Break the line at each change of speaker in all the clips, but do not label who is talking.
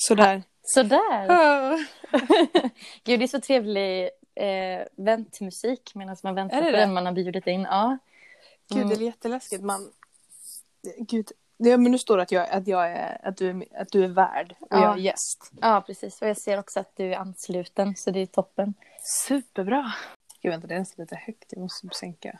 Sådär.
Sådär. Gud, det är så trevlig väntmusik medan man väntar på den man har bjudit in. Ja.
Gud, det är jätteläskigt. Gud. Ja, men nu står det att du är värd och jag är gäst.
Ja, precis. Och jag ser också att du är ansluten, så det är toppen.
Superbra. Gud, vänta, det är nästan lite högt. Jag måste sänka.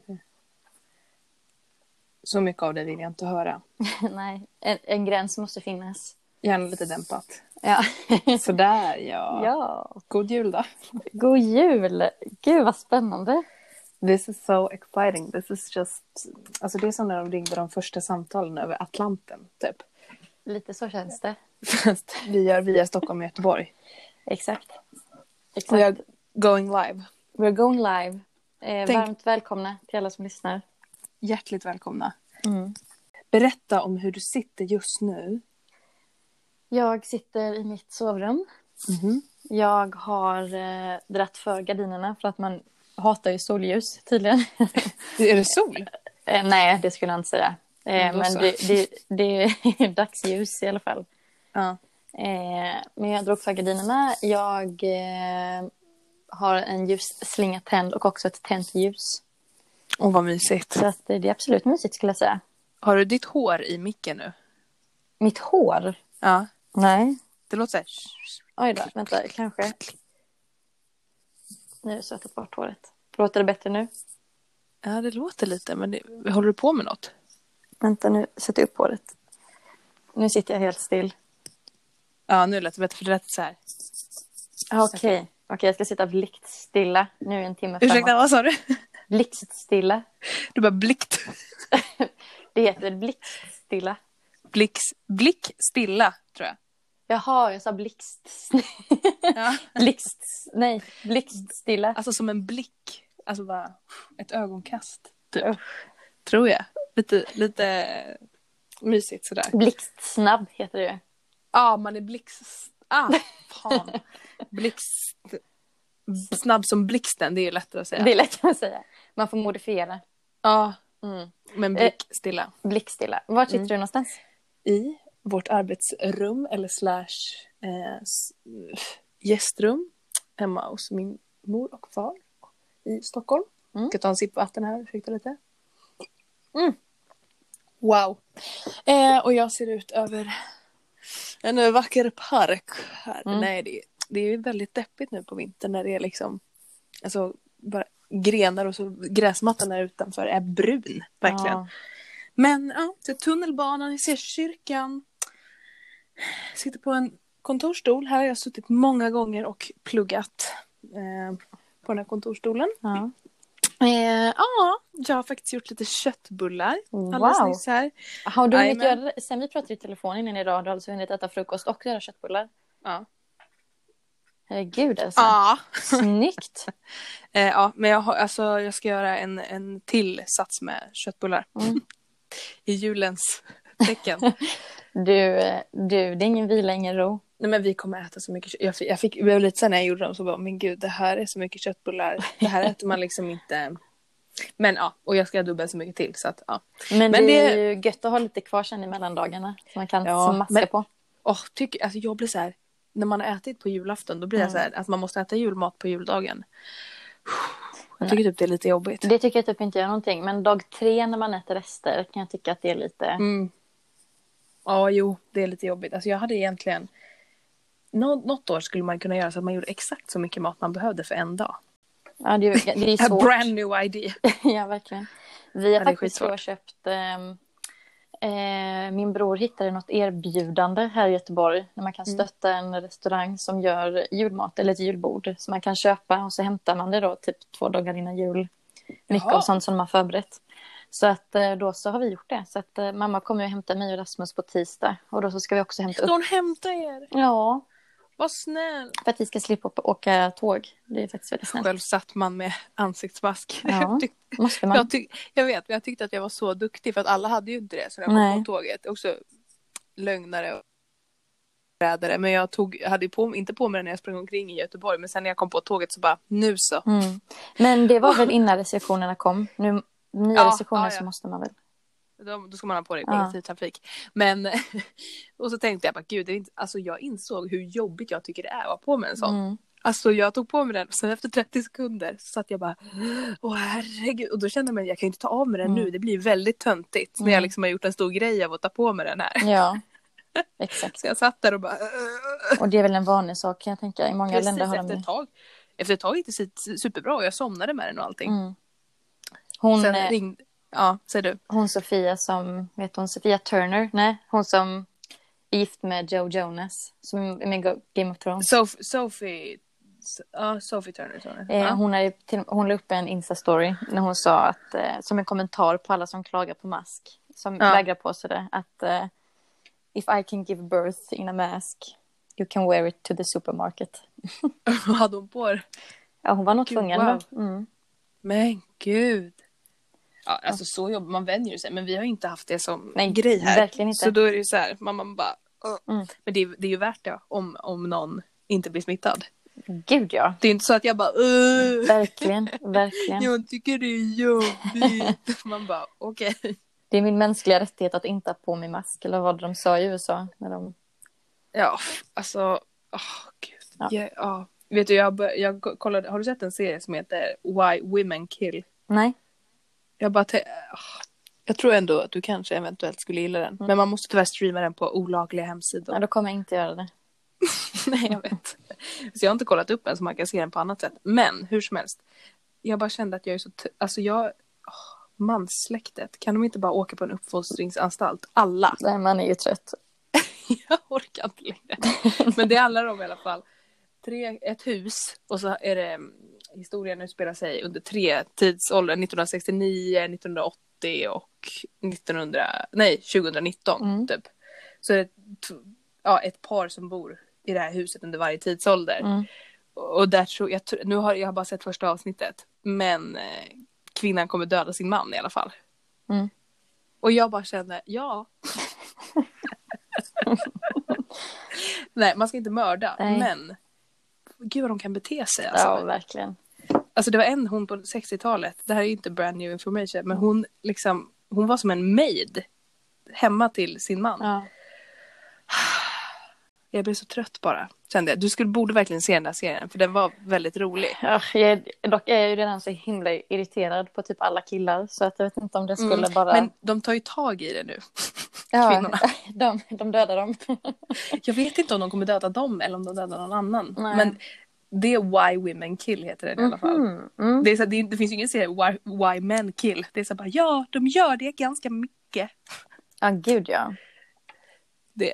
Så mycket av det vill jag inte höra.
Nej, en gräns måste finnas.
Gärna lite dämpat.
Ja.
Sådär, ja. God jul då.
God jul. Gud, vad spännande.
This is so exciting. This is just... Alltså det är som när de ringde de första samtalen över Atlanten, typ.
Lite så känns det.
Fast vi gör via Stockholm och Göteborg.
Exakt.
We are going live.
We're going live. Varmt välkomna till alla som lyssnar.
Hjärtligt välkomna. Berätta om hur du sitter just nu.
Jag sitter i mitt sovrum. Jag har dratt för gardinerna för att man hatar ju solljus tydligen.
Är det sol?
Nej, det skulle jag inte säga. Men det är dagsljus i alla fall.
Ja.
Men jag drog för gardinerna. Jag har en ljusslinga tänd och också ett tänt ljus.
Åh, vad mysigt.
Så att det är absolut mysigt, skulle jag säga.
Har du ditt hår i micken nu?
Mitt hår?
Ja.
Nej.
Det låter så här...
Oj då, vänta, kanske. Nu har jag sötat bort håret. Låter det bättre nu?
Ja, det låter lite, men håller du på med något?
Vänta, nu sätter jag upp håret. Nu sitter jag helt still.
Ja, nu lät det bättre, för det lät så här.
Okej, jag ska sitta blickstilla. Nu är en timme framåt.
Ursäkta, vad sa du?
Blickstilla.
Du bara blikt.
Det heter blickstilla.
Blickstilla, tror jag.
Jaha, jag sa blixt.
Ja.
Blixtstilla.
Alltså som en blick. Alltså bara ett ögonkast, typ. Tror jag. Lite mysigt sådär.
Blixtsnabb heter det ju.
Ja, man är fan. Snabb som blixten, det är lättare att säga.
Det är lättare att säga. Man får modifiera.
Ja, men blickstilla.
Blickstilla. Var sitter du någonstans?
I vårt arbetsrum eller gästrum hemma hos min mor och far i Stockholm. Jag ska ta en sipp vatten här, ursäkta lite. Wow. Och jag ser ut över en vacker park här. Nej, det är ju väldigt deppigt nu på vintern när det är liksom alltså bara grenar och så gräsmattan där utanför är brun, verkligen. Ja. Men ja, så tunnelbanan, jag ser kyrkan. Jag sitter på en kontorstol. Här har jag suttit många gånger och pluggat på den här kontorstolen.
Ja.
Jag har faktiskt gjort lite köttbullar.
Wow.
Här.
Har du hunnit göra det? Sen vi pratade i telefon innan idag, du har alltså hunnit äta frukost och göra köttbullar?
Ja.
Herregud alltså.
Ja.
Snyggt.
Men jag ska göra en till sats med köttbullar. I julens tecken.
Det är ingen vila, ingen ro.
Nej, men vi kommer äta så mycket. Jag blev lite sen när jag gjorde dem så bara, men gud, det här är så mycket köttbullar. Det här äter man liksom inte. Men ja, och jag ska dubbla så mycket till så att ja.
Men det är ju gött att ha lite kvar sen i mellandagarna som man kan smacka på.
Jag blir så här, när man har ätit på julafton då blir jag så här att man måste äta julmat på juldagen. Jag tycker typ det är lite jobbigt.
Det tycker jag typ inte gör någonting, men dag 3 när man äter rester kan jag tycka att det är lite.
Ja, jo, det är lite jobbigt. Alltså jag hade egentligen något år skulle man kunna göra så att man gjorde exakt så mycket mat man behövde för en dag.
Ja, det är svårt.
A brand new idea.
Ja, verkligen. Vi har faktiskt köpt min bror hittade något erbjudande här i Göteborg när man kan stötta en restaurang som gör julmat eller ett julbord som man kan köpa och så hämtar man det då typ 2 dagar innan jul. Mycket av sånt som de har förberett. Så att då så har vi gjort det. Så att mamma kommer ju hämta mig och Rasmus på tisdag. Och då så ska vi också hämta upp.
Ska hon hämta er?
Ja.
Vad snäll.
För att vi ska slippa åka tåg. Det är faktiskt väldigt snällt.
Själv satt man med ansiktsmask.
Ja, måste man.
Jag vet, men jag tyckte att jag var så duktig. För att alla hade ju inte det. Så jag kom på tåget. Också lögnare och rädare. Men jag hade inte på mig det när jag sprang omkring i Göteborg. Men sen när jag kom på tåget så bara, nu så.
Men det var väl innan restriktionerna kom. Nu nya restriktioner så måste man väl.
Då ska man ha på dig kollektivtrafik. Men, och så tänkte jag bara, gud, det är inte, alltså jag insåg hur jobbigt jag tycker det är att ha på mig en sån.
Mm.
Alltså jag tog på mig den, sen efter 30 sekunder så satt jag bara, åh herregud. Och då kände jag, jag kan inte ta av mig den nu, det blir väldigt töntigt. När jag liksom har gjort en stor grej av att ta på mig den här.
Ja, exakt.
Så jag satt där och bara...
Och det är väl en vanlig sak kan jag tänka. I många
Precis,
länder har
efter ett tag gick det superbra och jag somnade med den och allting.
Hon,
sen ringde... Ja, säger du.
Hon Sofia som, vet hon, Sofia Turner? Nej, hon som är gift med Joe Jonas. Som är med Game of Thrones.
Sophie Turner.
Hon la upp en Insta-story när hon sa att, som en kommentar på alla som klagar på mask. Som vägrar på sig det. Att if I can give birth in a mask, you can wear it to the supermarket.
Vad hade hon på det?
Ja, hon var nog tvungen.
Wow. Men gud. Ja, alltså så jobbar man, vänjer sig. Men vi har inte haft det som grej här.
Verkligen inte.
Så då är det ju så här, man bara... Men det är ju värt det om någon inte blir smittad.
Gud ja.
Det är inte så att jag bara...
Verkligen.
Jag tycker det är jobbigt. Man bara, okej.
Det är min mänskliga rättighet att inte ha på mig mask. Eller vad de sa i USA. När de...
Ja, alltså... Gud. Ja. Vet du, jag kollade... Har du sett en serie som heter Why Women Kill?
Nej.
Jag tror ändå att du kanske eventuellt skulle gilla den. Men man måste tyvärr streama den på olagliga hemsidor.
Ja, då kommer jag inte göra det.
Nej, jag vet. Så jag har inte kollat upp den så man kan se den på annat sätt. Men hur som helst. Jag bara kände att jag är så... Alltså manssläktet. Kan de inte bara åka på en uppfostringsanstalt? Alla.
Nej, man är ju trött.
Jag orkar inte längre. Men det handlar om i alla fall. Ett hus. Och så är det... Historien utspelar sig under 3 tidsåldrar. 1969, 1980 och 2019 typ. Så är det ett par som bor i det här huset under varje tidsålder. Och där tror jag... Nu har jag bara sett första avsnittet. Men kvinnan kommer döda sin man i alla fall. Och jag bara känner, Nej, man ska inte mörda. Nej. Men gud vad de kan bete sig. Alltså.
Ja, verkligen.
Alltså det var hon på 60-talet. Det här är inte brand new information. Men hon var som en maid hemma till sin man.
Ja.
Jag blev så trött bara. Kände jag. Du borde verkligen se den här serien. För den var väldigt rolig.
Ja, dock är jag ju redan så himla irriterad på typ alla killar. Så att jag vet inte om det skulle bara...
Men de tar ju tag i det nu.
Kvinnorna. De dödar dem.
Jag vet inte om de kommer döda dem eller om de dödar någon annan.
Nej.
Men det är Why Women Kill heter det i alla fall. Det, är så, det finns ju ingen serie why Men Kill. Det är så bara, de gör det ganska mycket.
Ja, gud ja.
Det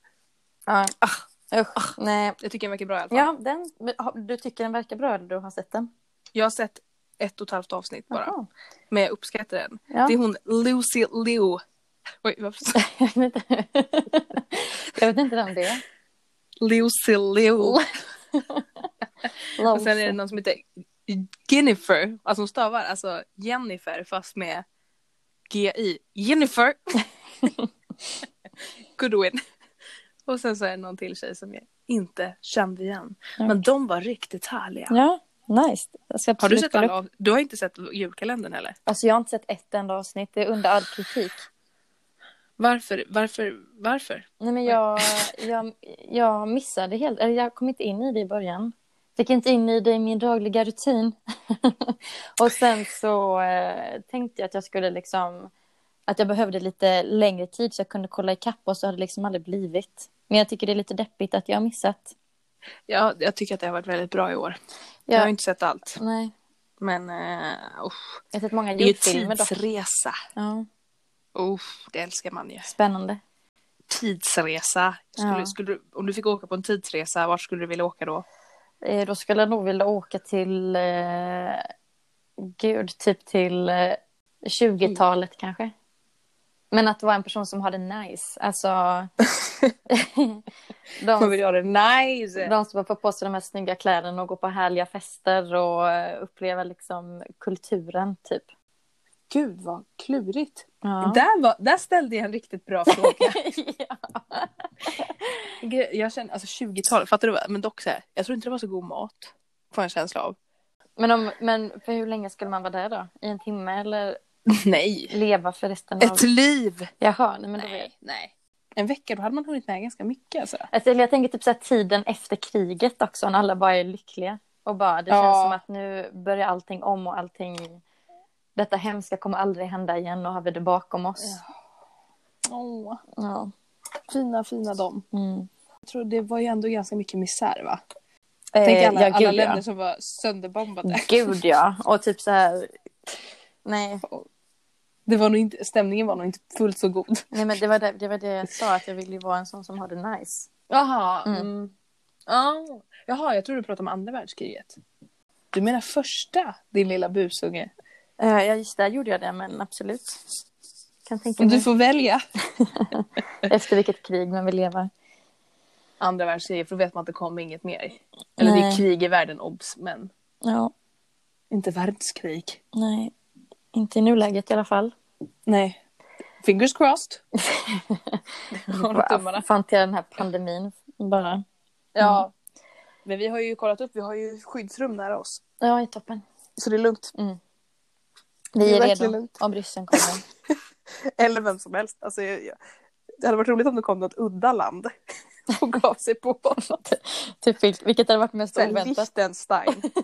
nej.
Jag tycker den verkar bra i alla fall.
Ja, du tycker den verkar bra eller du har sett den?
Jag har sett 1,5 avsnitt bara.
Aha.
Men jag uppskattar den.
Ja.
Det är hon Lucy Liu. Oj, varför?
Jag vet inte vem det är.
Lucy Liu. Och sen är det någon som heter Jennifer. Alltså hon stavar alltså Jennifer fast med G-I. Jennifer. Goodwin. Och sen så är det någon till tjej som jag inte kände igen. Okay. Men de var riktigt härliga.
Ja, nice.
Har du sett alla Du har inte sett julkalendern heller?
Alltså jag har inte sett ett enda avsnitt. Det är under all kritik.
Varför?
Nej men jag missade helt. Eller jag kom inte in i det i början. Fick inte in i det i min dagliga rutin. Och sen så tänkte jag att jag skulle liksom... Att jag behövde lite längre tid så jag kunde kolla ikapp och så hade det liksom aldrig blivit. Men jag tycker det är lite deppigt att jag har missat.
Ja, jag tycker att det har varit väldigt bra i år. Ja. Jag har inte sett allt.
Nej.
Men,
jag har sett många
julfilmer. Det är ju tidsresa.
Ja.
Det älskar man ju.
Spännande.
Tidsresa. Om du fick åka på en tidsresa, vart skulle du vilja åka då?
Då skulle jag nog vilja åka till... typ till 20-talet kanske. Men att vara en person som har det nice. Alltså...
Man vill göra det nice.
De som får på sig de här snygga kläderna och gå på härliga fester och uppleva liksom kulturen typ.
Gud vad klurigt.
Ja.
Där ställde jag en riktigt bra fråga.
Ja.
Jag känner, alltså 20-talet, fattar du vad? Men dock så här, jag tror inte det var så god mat. Får en känsla av.
Men för hur länge skulle man vara där då? I en timme eller?
Nej.
leva för resten av...
Ett liv!
Jaha, nej, men då vet...
Nej. En vecka, då hade man hunnit med ganska mycket alltså.
Alltså, jag tänker typ så här tiden efter kriget också, när alla bara är lyckliga. Och bara, det känns som att nu börjar allting om och allting... Detta hemska kommer aldrig hända igen och har vi det bakom oss.
Ja. Fina dem. Jag tror det var ju ändå ganska mycket misär, va? Tänk alla länder som var sönderbombade.
Gud, ja. Och typ så här... Nej.
Det var nog inte, stämningen var nog inte fullt så god.
Nej, men det var det jag sa, att jag ville vara en sån som har det nice.
Jaha. Jaha, jag tror du pratade om andra världskriget. Du menar första, din lilla busunge?
Ja, just där gjorde jag det, men absolut. Kan tänka mig.
Du får välja.
Efter vilket krig man vill leva.
Andra världskriget, för då vet man att det kommer inget mer. Eller det är krig i världen, obs, men inte världskrig.
Nej, inte i nuläget i alla fall.
Nej. Fingers crossed.
Fan till den här pandemin bara.
Ja. Men vi har ju kollat upp, vi har ju skyddsrum nära oss.
Ja, i toppen.
Så det är lugnt.
Vi är redo
lugnt.
om ryssen kommer.
Eller vem som helst. Alltså, det hade varit roligt om det kom något udda land och gav sig på.
Typ, vilket hade varit mest oväntat?
Liechtenstein. Typ.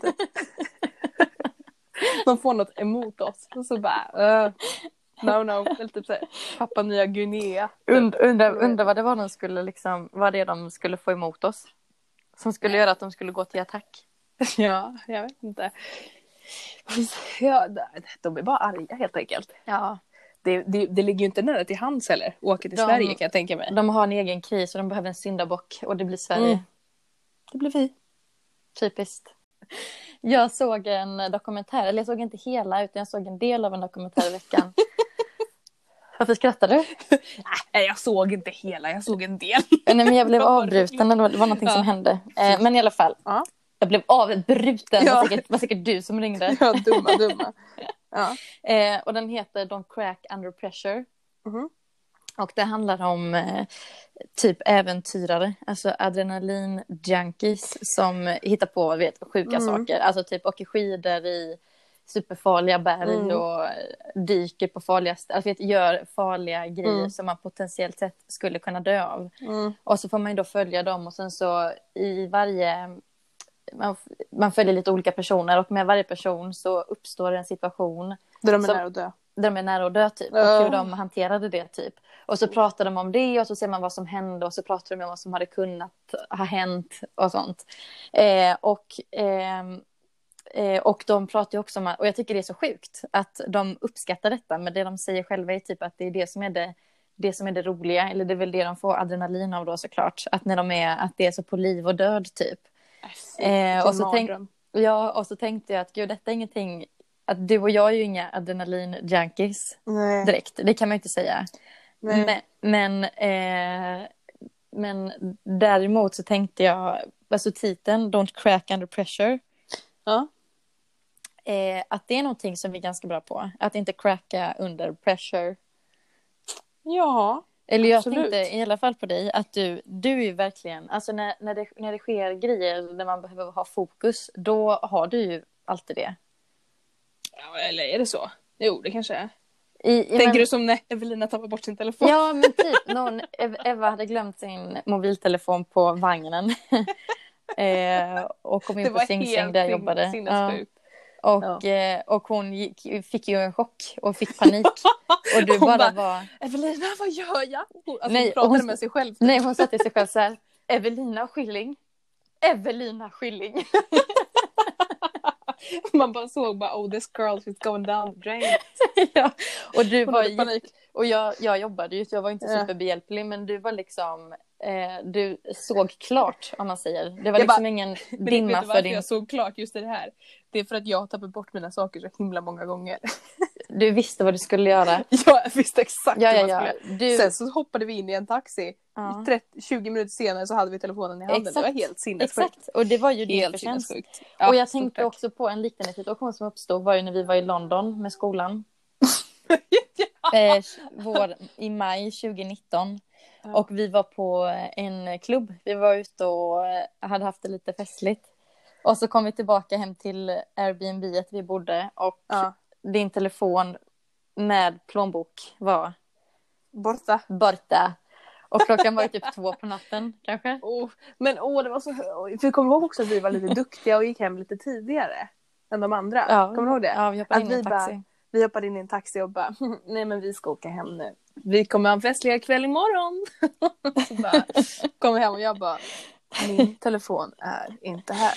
De får något emot oss. Och så bara... No. Eller typ såhär, Papua Nya Guinea.
Undra vad det var de skulle liksom... Vad det de skulle få emot oss. Som skulle göra att de skulle gå till attack.
Ja, jag vet inte. Ja, de är bara arga helt enkelt.
Ja.
Det ligger ju inte nära till hands heller. Åka till Sverige kan jag tänka mig.
De har en egen kris och de behöver en syndabock. Och det blir Sverige.
Det blir vi.
Typiskt. Jag såg en dokumentär. Eller jag såg inte hela, utan jag såg en del av en dokumentär i veckan. Varför skrattar du?
Nej, jag såg inte hela. Jag såg en del.
Nej, men jag blev avbruten. Det var någonting som hände. Men i alla fall. Ja. Jag blev avbruten. Ja. Det var säkert du som ringde.
Ja, dumma. Ja.
Och den heter Don't Crack Under Pressure. Och det handlar om typ äventyrare. Alltså adrenalin-junkies som hittar på sjuka saker. Alltså typ åker skidor i superfarliga berg och dyker på farligaste. Alltså gör farliga grejer som man potentiellt sett skulle kunna dö av. Och så får man ju då följa dem och sen så i varje... Man följer lite olika personer och med varje person så uppstår en situation
där de är nära att dö.
Där de är nära att dö typ. Och hur de hanterade det typ. Och så pratar de om det och så ser man vad som hände och så pratar de om vad som hade kunnat ha hänt och sånt. Och de pratar ju också om, och jag tycker det är så sjukt att de uppskattar detta, men det de säger själva är typ att det är det som är det roliga, eller det är väl det de får adrenalin av då såklart, att när de är, att det är så på liv och död typ. Och så tänkte jag att gud, detta är ingenting, att du och jag är ju inga adrenalin-junkies direkt, det kan man ju inte säga. Men däremot så tänkte jag, alltså titeln Don't Crack Under Pressure, att det är någonting som vi är ganska bra på, att inte cracka under pressure.
Ja,
eller jag
absolut.
tänkte i alla fall på dig att du är ju verkligen, alltså när det sker grejer där man behöver ha fokus, då har du ju alltid det.
Ja, eller är det så? Jo, det kanske är. Tänker du som när Evelina tappar bort sin telefon?
Ja, men typ Eva hade glömt sin mobiltelefon på vagnen. Och kom in på Sing Sing där jag jobbade. Och hon fick ju en chock och fick panik. Och du bara var...
Evelina, vad gör jag? Hon pratade med sig själv.
Nej, hon satte sig själv så här. Evelina Skilling.
Man bara såg oh, this girl is going down the drain.
Ja, och du var panik. Och jag jobbade ju, så jag var inte superbehjälplig, men du var liksom du såg klart, om man säger. Det var liksom ingen dimma för din...
Jag såg klart just det här. Det är för att jag har tappat bort mina saker så himla många gånger.
Du visste vad du skulle göra.
Ja, jag visste exakt vad jag skulle
göra.
Sen så hoppade vi in i en taxi. 20 minuter senare så hade vi telefonen i handen. Exakt. Det var helt sinnessjukt.
Exakt, och det var ju din förtjänst. Och jag tänkte också på en liknande situation som uppstod var ju när vi var i London med skolan. I maj 2019. Och vi var på en klubb. Vi var ute och hade haft det lite festligt. Och så kom vi tillbaka hem till Airbnb vi bodde. Och din telefon med plånbok var
Borta.
borta. Och klockan var ju typ 2 på natten kanske.
Men det var så... För kommer du ihåg också att vi var lite duktiga och gick hem lite tidigare än de andra?
Ja.
Kommer du ihåg det?
Ja, vi hoppade in i en taxi.
Vi hoppade in i en taxi och bara, nej men vi ska åka hem nu. Vi kommer ha en festligare kväll imorgon. Så bara, kom hem och jag bara, min telefon är inte här.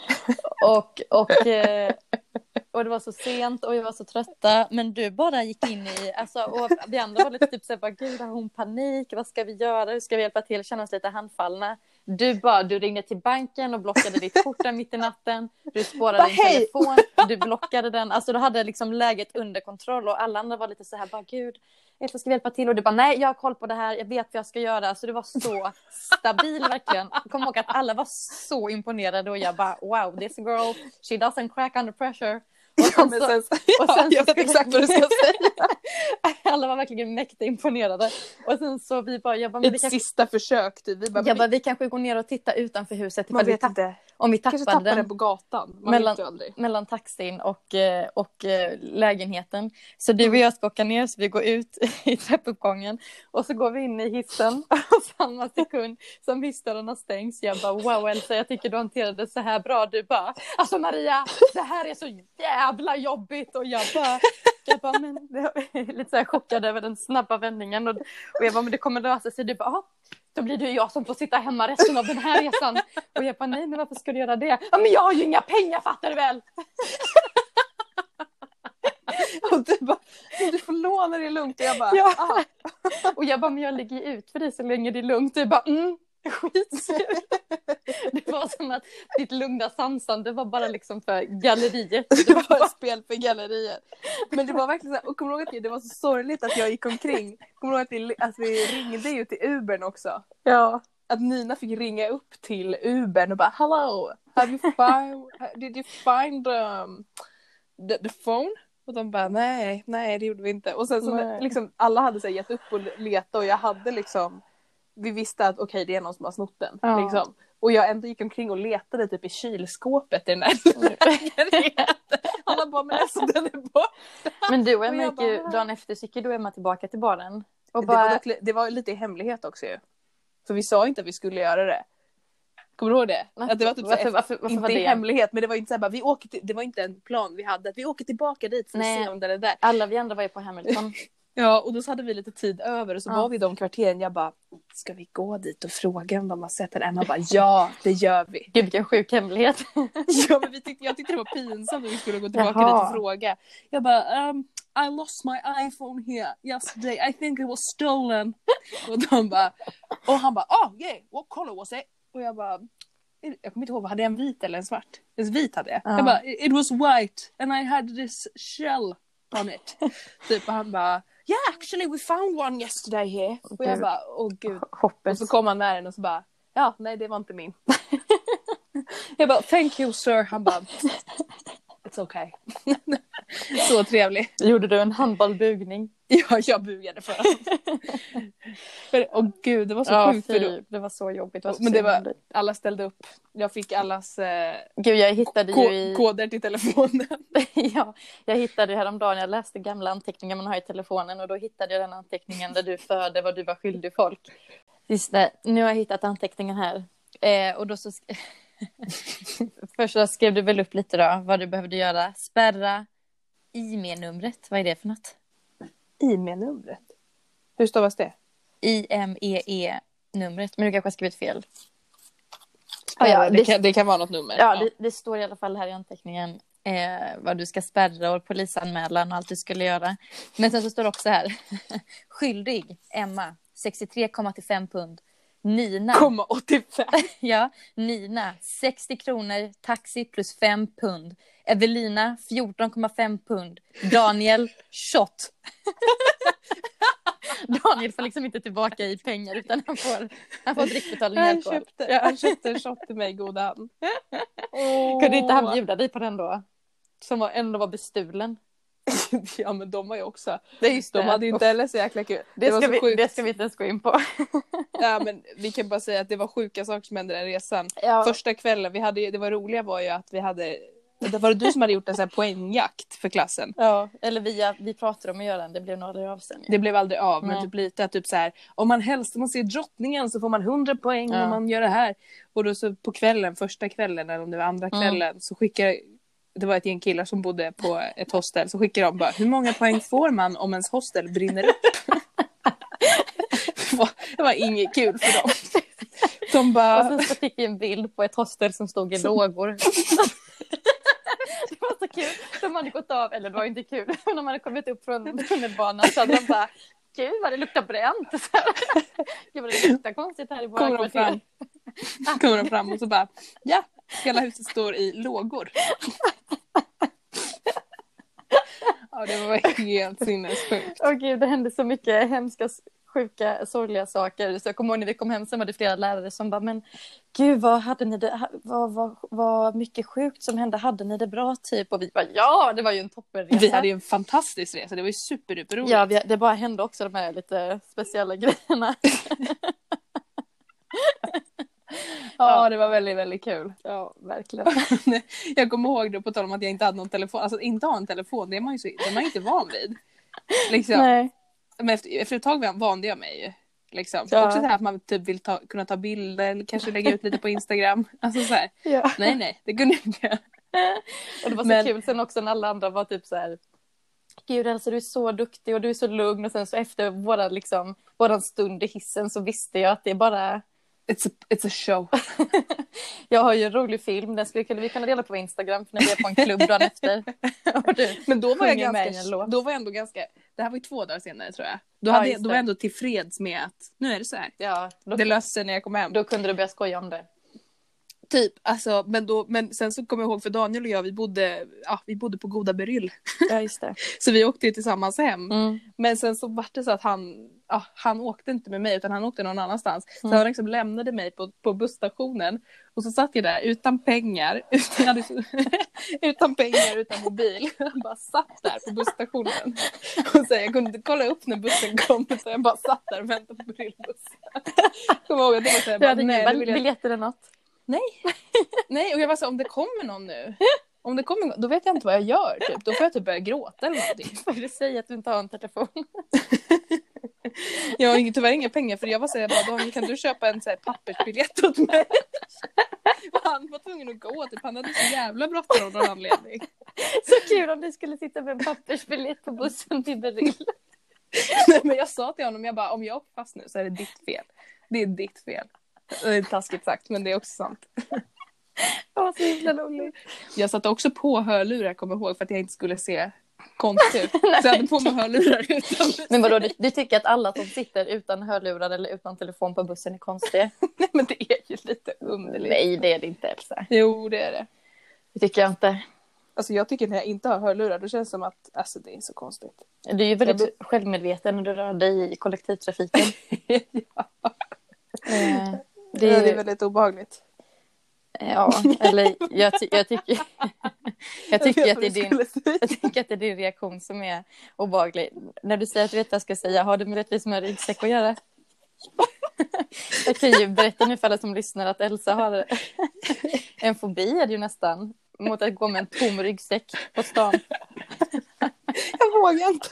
Och det var så sent och vi var så trötta. Men du bara gick in i... Alltså, och vi andra var lite typ så här, bara, gud har hon panik? Vad ska vi göra? Hur ska vi hjälpa till? Känna oss lite handfallna. Du ringde till banken och blockade ditt kort där mitt i natten. Du spårade din telefon. Du blockade den. Alltså du hade liksom läget under kontroll. Och alla andra var lite så här, bara gud, ska vi hjälpa till? Och du bara, nej jag har koll på det här. Jag vet vad jag ska göra. Så du var så stabil verkligen. Jag kommer ihåg att alla var så imponerade. Och jag bara, wow, this girl, she doesn't crack under pressure. Och sen
jag vet exakt vad du ska säga.
Alla var verkligen mäkta imponerade. Och sen så vi bara,
sista försök typ.
Vi kanske går ner och tittar utanför huset.
Man vet inte.
Om vi tappade den
på gatan.
Mellan taxin och lägenheten. Så du och jag ska åka ner, så vi går ut i trappuppgången. Och så går vi in i hissen. Och samma sekund som hissdörrarna stängs. Jag bara, wow Elsa, jag tycker du hanterade det så här bra. Du bara, alltså Maria, det här är så jävla jobbigt. Och jag bara men lite så här chockad över den snabba vändningen. Och jag bara, men det kommer lösa sig. Du bara, då blir det jag som får sitta hemma resten av den här resan. Och jag bara, nej men varför ska du göra det? Ja men jag har ju inga pengar, fattar du väl?
Och du bara, du får låna det lugnt. Och jag bara,
ja. Och jag bara, men jag lägger ut för dig så länge det är lugnt. Du bara, skitsur. Det var som att ditt lugna sansande var bara liksom för galleriet.
Det var ett spel för galleriet. Men det var verkligen så här, och kommer du ihåg att det var så sorgligt att jag gick omkring. Kommer du ihåg att vi ringde ju till Ubern också?
Ja.
Att Nina fick ringa upp till Ubern och bara, hello, did you find the phone? Och de bara, nej det gjorde vi inte. Och sen så liksom, alla hade så här, gett upp och leta och jag hade liksom, vi visste att okej, det är någon som har snott den.
Ja.
Liksom. Och jag ändå gick omkring och letade typ i kylskåpet i den här. Alla bara, men alltså den är borta.
Men du och Emma gick ju dagen efter, så gick du och Emma tillbaka till baren. Och
det var lite i hemlighet också ju. För vi sa inte att vi skulle göra det. Kommer du ihåg det? Att det var typ varför inte var det? I hemlighet, men det var inte så här, bara, det var inte en plan vi hade. Att vi åker tillbaka dit för att se om det är där.
Alla vi andra var ju på Hamilton.
Ja, och då så hade vi lite tid över och så var vi i de kvarteren. Jag bara, ska vi gå dit och fråga om de har sett den? Emma bara, ja, det gör vi.
Gud, vilken sjuk hemlighet.
Ja, men jag tyckte det var pinsamt att vi skulle gå tillbaka dit och fråga. Jag bara, I lost my iPhone here yesterday. I think it was stolen. Och de bara, och han bara, yeah, what color was it? Och jag bara, jag kommer inte ihåg, hade jag en vit eller en svart? En vit hade jag. Jag bara, it was white and I had this shell on it. Typ, och han bara, yeah, actually we found one yesterday here. Och jag bara, gud.
Hoppet.
Och så kom han med den och så bara, ja, nej det var inte min. Jag bara, thank you sir. Han bara, it's okay. Så trevlig.
Gjorde du en handbollbugning?
Ja, jag bugade för honom. Gud, det var så sjukt.
Det var så jobbigt.
Alla ställde upp. Jag fick allas
Gud, jag hittade
koder till telefonen.
Ja, jag hittade häromdagen. Jag läste gamla anteckningar man har i telefonen. Och då hittade jag den anteckningen där du förde vad du var skyldig folk. Just det, nu har jag hittat anteckningen här. Och då så... Först så skrev du väl upp lite då vad du behövde göra. Spärra IME-numret. Vad är det för något?
IME-numret? Hur stavas det?
IMEE-numret. Men du kanske har skrivit fel.
Det kan vara något nummer.
Ja, det står i alla fall här i anteckningen vad du ska spärra och polisanmälan och allt du skulle göra. Men sen så står det också här. Skyldig Emma 63,85 pund. Nina
85.
Ja, Nina 60 kronor, taxi plus 5 pund. Evelina 14,5 pund. Daniel shot. Daniel får liksom inte tillbaka i pengar utan han får drickbetalning.
Han köpte en shot till mig, god han.
Kunde inte han bjuda dig på den då? Som ändå var bestulen.
Ja, men de var ju också.
De
hade ju inte heller så jäkla kul.
Det ska vi inte ens gå in på.
Ja, men vi kan bara säga att det var sjuka saker som hände den resan.
Ja.
Första kvällen det var roliga var ju att vi hade Det var det du som hade gjort en sån här poängjakt för klassen?
Ja, eller vi pratade om att göra den, det blev nog aldrig av sen.
Det blev aldrig av, men
Nej.
typ lite typ så här, om man helst om man ser drottningen så får man 100 poäng
Ja.
om man gör det här. Och då så på kvällen, första kvällen eller om det var andra kvällen så skickade det var ett gäng killar som bodde på ett hostel, så skickade de bara, hur många poäng får man om ens hostel brinner upp? Det var inget kul för dem. De bara...
Och sen så fick vi en bild på ett hostel som stod i lågor. Det var så kul. De hade gått av, eller det var inte kul, men de hade kommit upp från tunnelbanan så hade de bara, gud vad det luktar bränt. Gud vad det luktar konstigt här i våra kvarter.
Kommer de fram och så bara, ja, hela huset står i lågor. Ja, det var helt sinnessjukt.
Åh gud, det hände så mycket hemska, sjuka, sorgliga saker. Så jag kommer ihåg när vi kom hem sen var det flera lärare som bara, men gud vad hade ni det, vad mycket sjukt som hände, hade ni det bra typ? Och vi bara, ja, det var ju en toppenresa.
Vi hade ju en fantastisk resa, det var ju superroligt.
Ja, det bara hände också de här lite speciella grejerna.
Ja, det var väldigt, väldigt kul.
Ja, verkligen.
Jag kommer ihåg det på tal om att jag inte hade någon telefon. Alltså inte ha en telefon, det är man ju inte van vid. Liksom.
Nej.
Men efter ett tag vande jag mig ju. Liksom.
Ja.
Också det här att man typ vill kunna ta bilder, kanske lägga ut lite på Instagram. Alltså så här.
Ja.
Nej, det kunde jag inte.
Och det var så kul sen också när alla andra var typ så här, gud alltså du är så duktig och du är så lugn, och sen så efter våran stund i hissen så visste jag att det är bara
It's a show.
Jag har ju en rolig film, den skulle vi kunna dela på Instagram för när vi är på en klubb dagen efter.
Men då var jag ändå ganska, det här var ju 2 dagar senare tror jag. Då var jag ändå tillfreds med att nu är det så här.
Ja,
det löste sig när jag kom hem.
Då kunde du börja skoja om det.
Typ, alltså, men sen så kommer jag ihåg för Daniel och jag, vi bodde på Goda Beryll.
Ja, just det.
Så vi åkte ju tillsammans hem.
Mm.
Men sen så var det så att han åkte inte med mig utan han åkte någon annanstans. Så han liksom lämnade mig på busstationen. Och så satt jag där utan pengar, utan mobil. Jag bara satt där på busstationen. Och så jag kunde inte kolla upp när bussen kom, så jag bara satt där och väntade på Beryllbussen. Kommer ihåg att det var så jag bara,
nej, biljetter eller något?
Nej, och jag var så, om det kommer någon nu, då vet jag inte vad jag gör typ. Då får jag typ börja gråta eller någonting.
Får du säga att du inte har en telefon?
Jag har tyvärr inga pengar, för jag var så här, Daniel, kan du köpa en så här pappersbiljett åt mig? Och han var tvungen att gå, typ. Han hade så jävla bråttom av någon anledning.
Så kul om du skulle sitta med en pappersbiljett på bussen till Beryl.
Nej, men jag sa till honom, jag bara, om jag åker fast nu så är det ditt fel. Det är ditt fel. Det är taskigt sagt, men det är också sant.
Ja, så himla roligt.
Jag satte också på hörlurar, kommer jag ihåg, för att jag inte skulle se konstigt ut. Så jag hade på mig hörlurar utan.
Men vadå, du tycker att alla som sitter utan hörlurar eller utan telefon på bussen är konstiga?
Nej, men det är ju lite underligt.
Nej, det är det inte, Elsa.
Jo, det är det.
Det tycker jag inte.
Alltså jag tycker när jag inte har hörlurar, då känns det som att alltså, det är så konstigt.
Du är ju väldigt självmedveten när du rör dig i kollektivtrafiken.
Ja.
Det
är väldigt obehagligt.
Ja, eller jag tycker att det är din reaktion som är obehaglig. När du säger att du vet vad jag ska säga, har det möjligtvis med ryggsäck att göra? Jag kan ju berätta nu för alla som lyssnar att Elsa har en fobi, är det ju nästan, mot att gå med en tom ryggsäck på stan.
Jag vågar inte.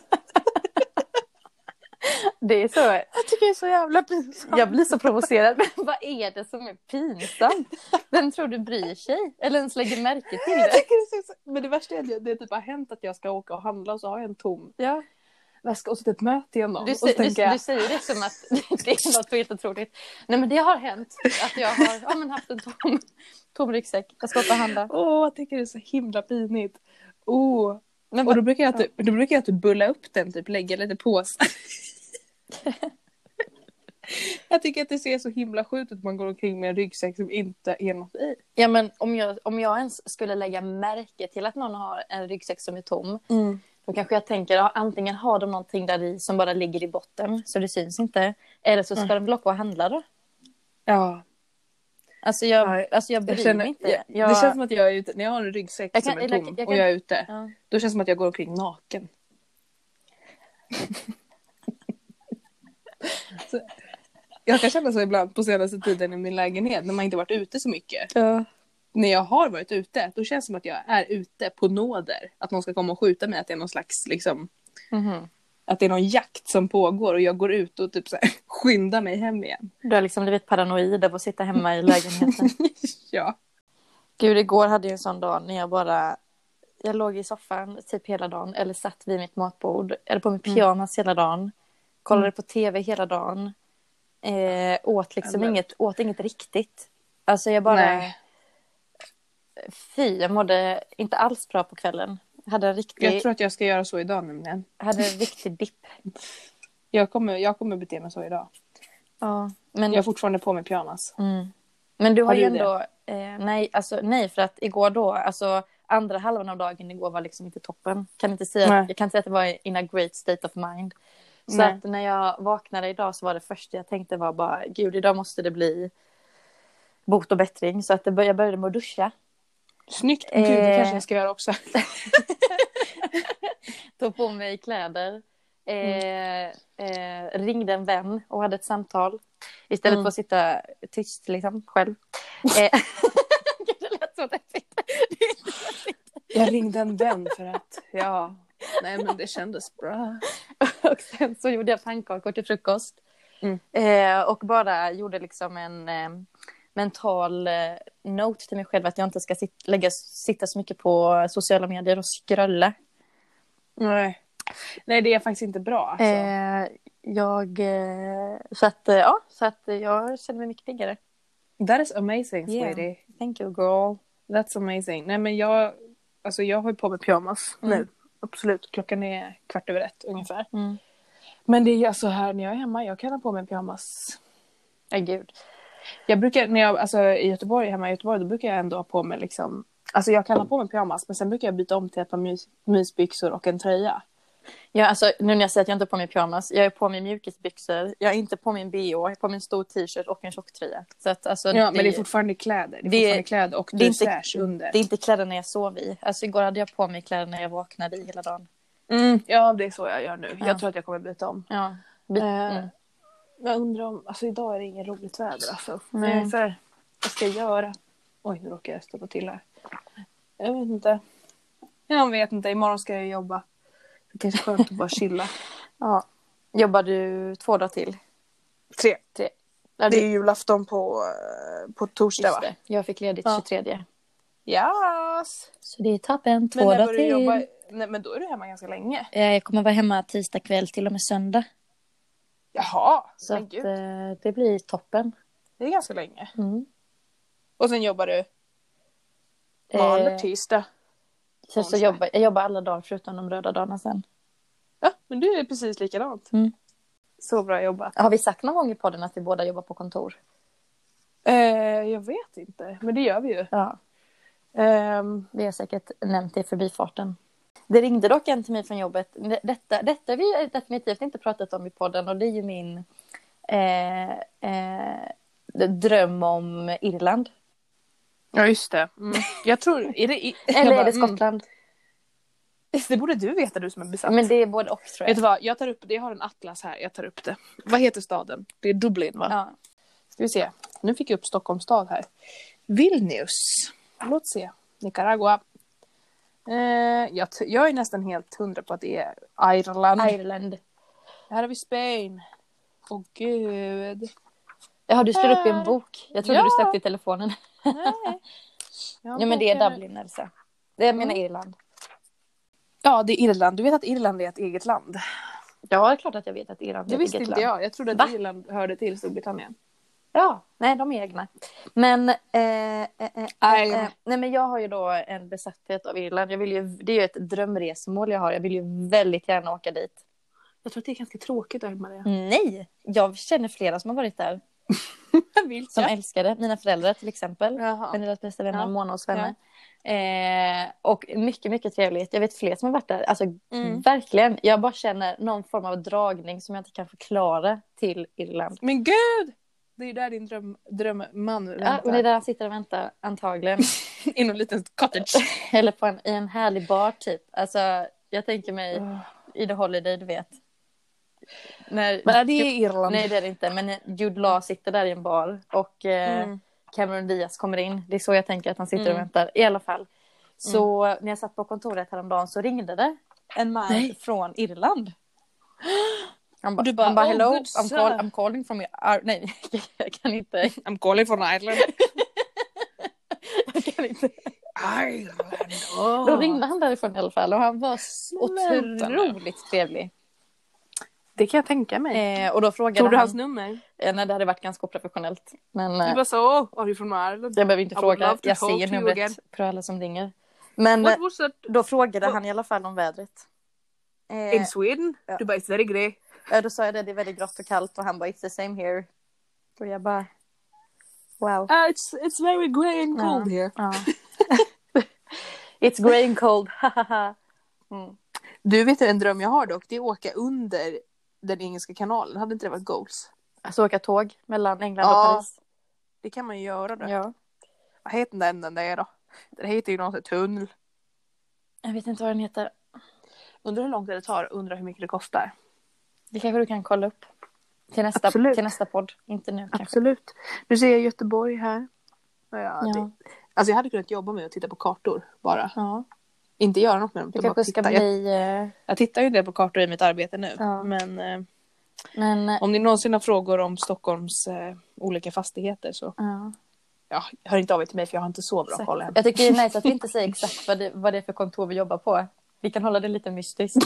Det är så.
Jag tycker det är så jävla pinsamt.
Jag blir så provocerad. Men vad är det som är pinsamt? Vem tror du bryr sig? Eller ens lägger märke till det?
Jag tycker det är så... Men det värsta är att det typ har hänt att jag ska åka och handla och så har jag en tom väska och så ett möte igen.
Du säger det som att det är något helt otroligt. Nej, men det har hänt att jag har haft en tom ryggsäck. Jag ska åka och handla.
Jag tycker det är så himla pinigt. Men och då brukar jag typ bulla upp den, typ lägga lite påsar. Jag tycker att det ser så himla sjukt ut att man går omkring med en ryggsäck som inte är något i.
Ja, men om jag ens skulle lägga märke till att någon har en ryggsäck som är tom, då kanske jag tänker antingen har de någonting där i som bara ligger i botten så det syns inte, eller så ska de väl åka och handla då.
Ja.
Alltså jag bryr mig inte.
Det känns som att jag är ute, när jag har en ryggsäck som är tom och jag är ute, då känns det som att jag går omkring naken. Så, jag kan känna så ibland på senaste tiden i min lägenhet när man inte varit ute så mycket. Ja. när jag har varit ute, då känns det som att jag är ute på nåder. Att någon ska komma och skjuta mig, att det är någon slags liksom, att det är någon jakt som pågår och jag går ut och typ så här, skyndar mig hem igen.
Du har liksom blivit paranoid av att sitta hemma i lägenheten.
Ja.
Gud, igår hade jag en sån dag när jag låg i soffan typ hela dagen, eller satt vid mitt matbord, eller på min pyjamas hela dagan, kollade på tv hela dagen, åt liksom åt inget riktigt. Alltså jag bara...
Nej.
Jag mådde inte alls bra på kvällen.
Jag tror att jag ska göra så idag nämligen.
Hade en riktig dipp.
Jag kommer bete mig så idag.
Ja, men...
Jag har fortfarande på mig pyjamas.
Men du har ju
du
ändå... nej, för att igår då... Alltså, andra halvan av dagen igår var liksom inte toppen. Jag kan inte säga att det var in a great state of mind. Så att när jag vaknade idag så var det första jag tänkte var bara... Gud, idag måste det bli bot och bättring. Så att jag började med att duscha.
Snyggt. Gud, det kanske jag ska göra också.
Tog på mig kläder. Ringde en vän och hade ett samtal. Istället för att sitta tyst liksom, själv. Det lät så deppigt.
Jag ringde en vän för att, nej men det kändes bra.
Och sen så gjorde jag pannkakor till frukost. Och bara gjorde liksom en mental note till mig själv att jag inte ska sitta så mycket på sociala medier och scrolla.
Nej, det är faktiskt inte bra. Alltså.
Så att jag känner mig mycket piggare.
That is amazing, sweetie.
Yeah. Thank you, girl.
That's amazing. Nej, men jag har ju på mig pyjamas nu. Absolut, klockan är 1:15 ungefär. Men det är alltså här när jag är hemma, jag kan ha på mig pyjamas.
Gud.
Jag brukar, hemma i Göteborg, då brukar jag ändå ha på mig liksom... Alltså jag kan ha på mig pyjamas, men sen brukar jag byta om till ett par mysbyxor och en tröja.
Ja, alltså nu när jag säger att jag inte har på mig pyjamas, jag är på mig mjukisbyxor, jag är inte på min bh, jag är på min stor t-shirt och en tjocktröja. Så att, alltså,
men det är fortfarande kläder. Det är fortfarande kläder och dessert under.
Det är inte kläder när jag sov i. Alltså igår hade jag på mig kläder när jag vaknade i hela dagen.
Ja, det är så jag gör nu. Jag tror att jag kommer byta om.
Ja.
Jag undrar om... Alltså idag är det ingen roligt väder. Alltså. Vad ska jag göra? Oj, nu råkar jag stå till här. Jag vet inte. Imorgon ska jag jobba. Det kanske är skönt att bara chilla.
Ja. Jobbar du 2 dagar till?
3.
Ja,
det är julafton på torsdag, va?
Jag fick ledigt 23.
Yes.
Så det är toppen. 2 dagar till.
Jobba... Nej, men då är du hemma ganska länge.
Jag kommer vara hemma tisdag kväll till och med söndag.
Jaha.
Så att, det blir toppen.
Det är ganska länge. Och sen jobbar du måndag, tisdag.
Så jag jobbar alla dagar förutom de röda dagarna sen.
Ja, men du är precis likadant. Så bra jobbat.
Har vi sagt någon gång i podden att vi båda jobbar på kontor?
Jag vet inte, men det gör vi ju.
Ja. Vi har säkert nämnt det i förbifarten. Det ringde dock en till mig från jobbet. Detta har vi definitivt inte pratat om i podden. Och det är ju min dröm om Irland.
Ja, just det. Jag tror...
Eller är det Skottland?
Det borde du veta, du som är besatt.
Men det är både och, tror jag.
Vet du vad? Jag tar upp det. Jag har en atlas här. Jag tar upp det. Vad heter staden? Det är Dublin, va?
Ja.
Ska vi se. Nu fick jag upp Stockholms stad här. Vilnius. Låt se. Nicaragua. Jag är nästan helt 100 på att det är Irland. Här har vi Spain. Åh, gud.
Ja, du skrev upp i en bok. Jag trodde du sökte i telefonen.
Nej.
Ja, men det är Dublin, Elsa. Det menar Irland.
Ja, det är Irland. Du vet att Irland är ett eget land?
Ja, det är klart att jag vet att Irland är ett eget land. Det visste inte
jag. Jag trodde att Irland hörde till Storbritannien.
Ja, nej, de är egna. Men, nej, men jag har ju då en besatthet av Irland. Det är ju ett drömresmål jag har. Jag vill ju väldigt gärna åka dit.
Jag tror att det är ganska tråkigt där, Maria.
Nej, jag känner flera som har varit där. Som älskar det. Mina föräldrar till exempel. Mina bästa vänner, Mona och Svenne. Och mycket, mycket trevligt. Jag vet fler som har varit där. Alltså verkligen. Jag bara känner någon form av dragning som jag inte kan förklara till Irland.
Men gud! Det är ju där din drömman väntar.
Ja, och det är där han sitter och väntar antagligen.
I någon liten cottage.
Eller i en härlig bar typ. Alltså jag tänker mig i The Holiday, du vet.
Men det är Irland.
Nej, det är det inte. Men Jude Law sitter där i en bar. Och Cameron Diaz kommer in. Det är så jag tänker att han sitter och väntar. I alla fall. Så när jag satt på kontoret häromdagen så ringde det en man från Irland. Han bara hello, I'm calling from nej, jag kan inte.
I'm calling from Ireland.
Jag kan inte.
Ireland.
Då ringde han därifrån i alla fall och han var otroligt trevlig.
Det kan jag tänka mig.
Och då frågade
Tog du
han
hans nummer?
Nej, det hade varit ganska oprofessionellt. Men
du bara så, are you from Ireland?
Jag behöver inte fråga, jag ser numret på alla som ringer. Men då frågade han i alla fall om vädret.
In Sweden? Ja. Du bara, it's very grey.
Då sa jag det är väldigt grått och kallt och han bara, it's the same here. Och jag bara, wow.
It's very grey and cold here.
It's grey and cold,
Du vet en dröm jag har dock, det är att åka under den engelska kanalen. Hade inte det varit goals?
Alltså åka tåg mellan England och Paris.
Det kan man ju göra då.
Ja.
Vad heter den där då? Det heter ju något tunnel.
Jag vet inte vad den heter.
Undrar hur långt det tar, undrar hur mycket det kostar.
Det kanske du kan kolla upp. Till nästa podd. Inte nu kanske.
Absolut. Nu ser jag Göteborg här. Alltså jag hade kunnat jobba med att titta på kartor bara.
Ja.
Inte göra något med dem.
Det kanske ska bli...
Jag tittar ju en del på kartor i mitt arbete nu.
Ja.
Men om ni någonsin har frågor om Stockholms olika fastigheter så... Ja, hör inte av er till mig för jag har inte så bra koll än.
Jag tycker det är nice att vi inte säger exakt vad det är för kontor vi jobbar på. Vi kan hålla det lite mystiskt.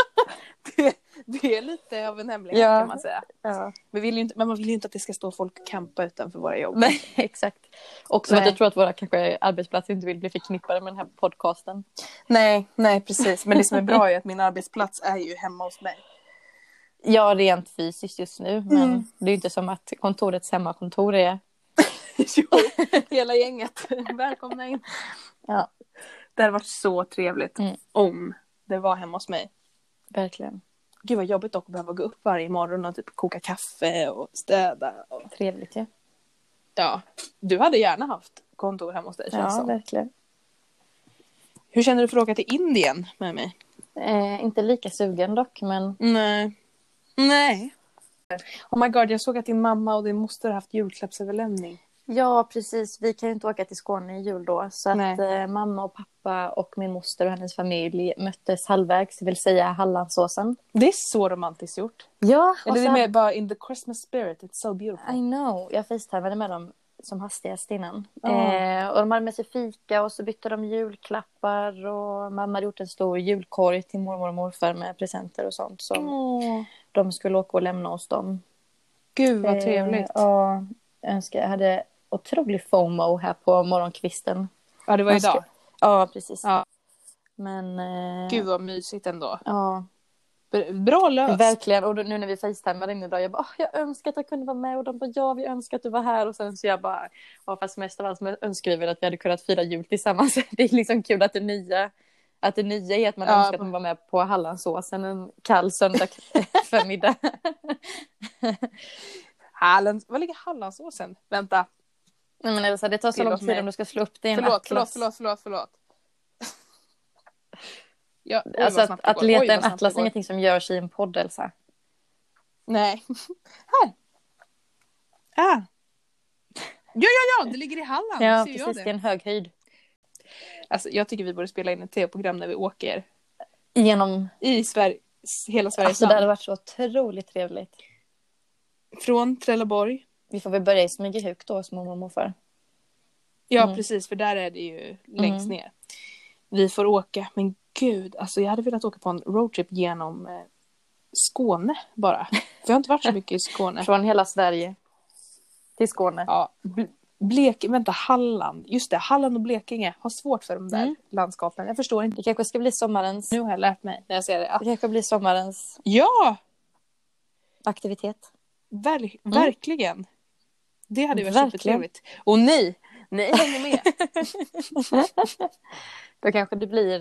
det är lite av en hemlighet kan man säga.
Ja.
Men man vill ju inte att det ska stå folk och campa utanför våra jobb.
Nej, exakt. Och så att jag tror att våra kanske arbetsplatser inte vill bli förknippade med den här podcasten.
Nej, precis. Men det som är bra är att min arbetsplats är ju hemma hos mig.
Ja, rent fysiskt just nu. Men det är ju inte som att kontorets hemmakontor är...
Jo, hela gänget. Välkomna in.
Ja.
Det hade varit så trevligt om det var hemma hos mig.
Verkligen.
Gud vad jobbigt dock att behöva gå upp varje morgon och typ koka kaffe och städa.
Trevligt ju.
Ja, du hade gärna haft kontor hemma hos dig.
Ja, verkligen.
Hur känner du för att åka till Indien med mig?
Inte lika sugen dock, men...
Nej. Oh my god, jag såg att din mamma och din moster har haft julklappsöverlämning.
Ja, precis. Vi kan ju inte åka till Skåne i jul då. Så att mamma och pappa och min moster och hennes familj möttes halvvägs, det vill säga Hallandsåsen.
Det är så romantiskt gjort.
Ja.
Eller det är med bara in the Christmas spirit, it's so beautiful.
I know. Jag facetimade med dem som hastigast innan. Och de hade med sig fika och så bytte de julklappar. Och mamma hade gjort en stor julkorg till mormor och morfar med presenter och sånt. Som de skulle åka och lämna hos dem.
Gud vad trevligt.
Ja, jag hade otrolig FOMO här på morgonkvisten.
Ja, det var idag.
Ja, precis.
Ja.
Men...
Gud vad mysigt ändå.
Ja.
Bra löst.
Verkligen, och nu när vi facetimade in idag, jag bara, jag önskar att jag kunde vara med. Och de bara, ja, vi önskar att du var här. Och sen så jag bara, fast mest av allt så önskar vi väl att vi hade kunnat fira jul tillsammans. Det är liksom kul att det nya är att man önskar att man var med på Hallandsåsen en kall söndag förmiddag.
Vad ligger Hallandsåsen? Vänta.
Nej, men alltså, det tar så lång tid om du ska slå upp det i en atlas.
Förlåt. Ja,
alltså att leta en atlas är ingenting som görs i en podd, Elsa.
Nej. Här. Ja, det ligger i Halland.
Ja,
ser
precis, det är en hög höjd.
Alltså, jag tycker vi borde spela in ett tv-program när vi åker.
I
Sverige, hela Sveriges
alltså,
land.
Det hade varit så otroligt trevligt.
Från Trelleborg.
Vi får väl börja i Smygehuk då, som mormor och morfar.
Ja, precis, för där är det ju längst ner. Vi får åka, men gud, alltså jag hade velat åka på en roadtrip genom Skåne bara. För jag har inte varit så mycket i Skåne.
Från hela Sverige till Skåne.
Ja, Halland. Just det, Halland och Blekinge har svårt för de där landskapen. Jag förstår inte.
Det kanske ska bli sommarens...
Nu har jag lärt mig när jag ser det.
Det kanske blir sommarens...
Ja!
Aktivitet.
Verkligen. Det hade varit supertrevligt. Och ni hänger med.
Då kanske det blir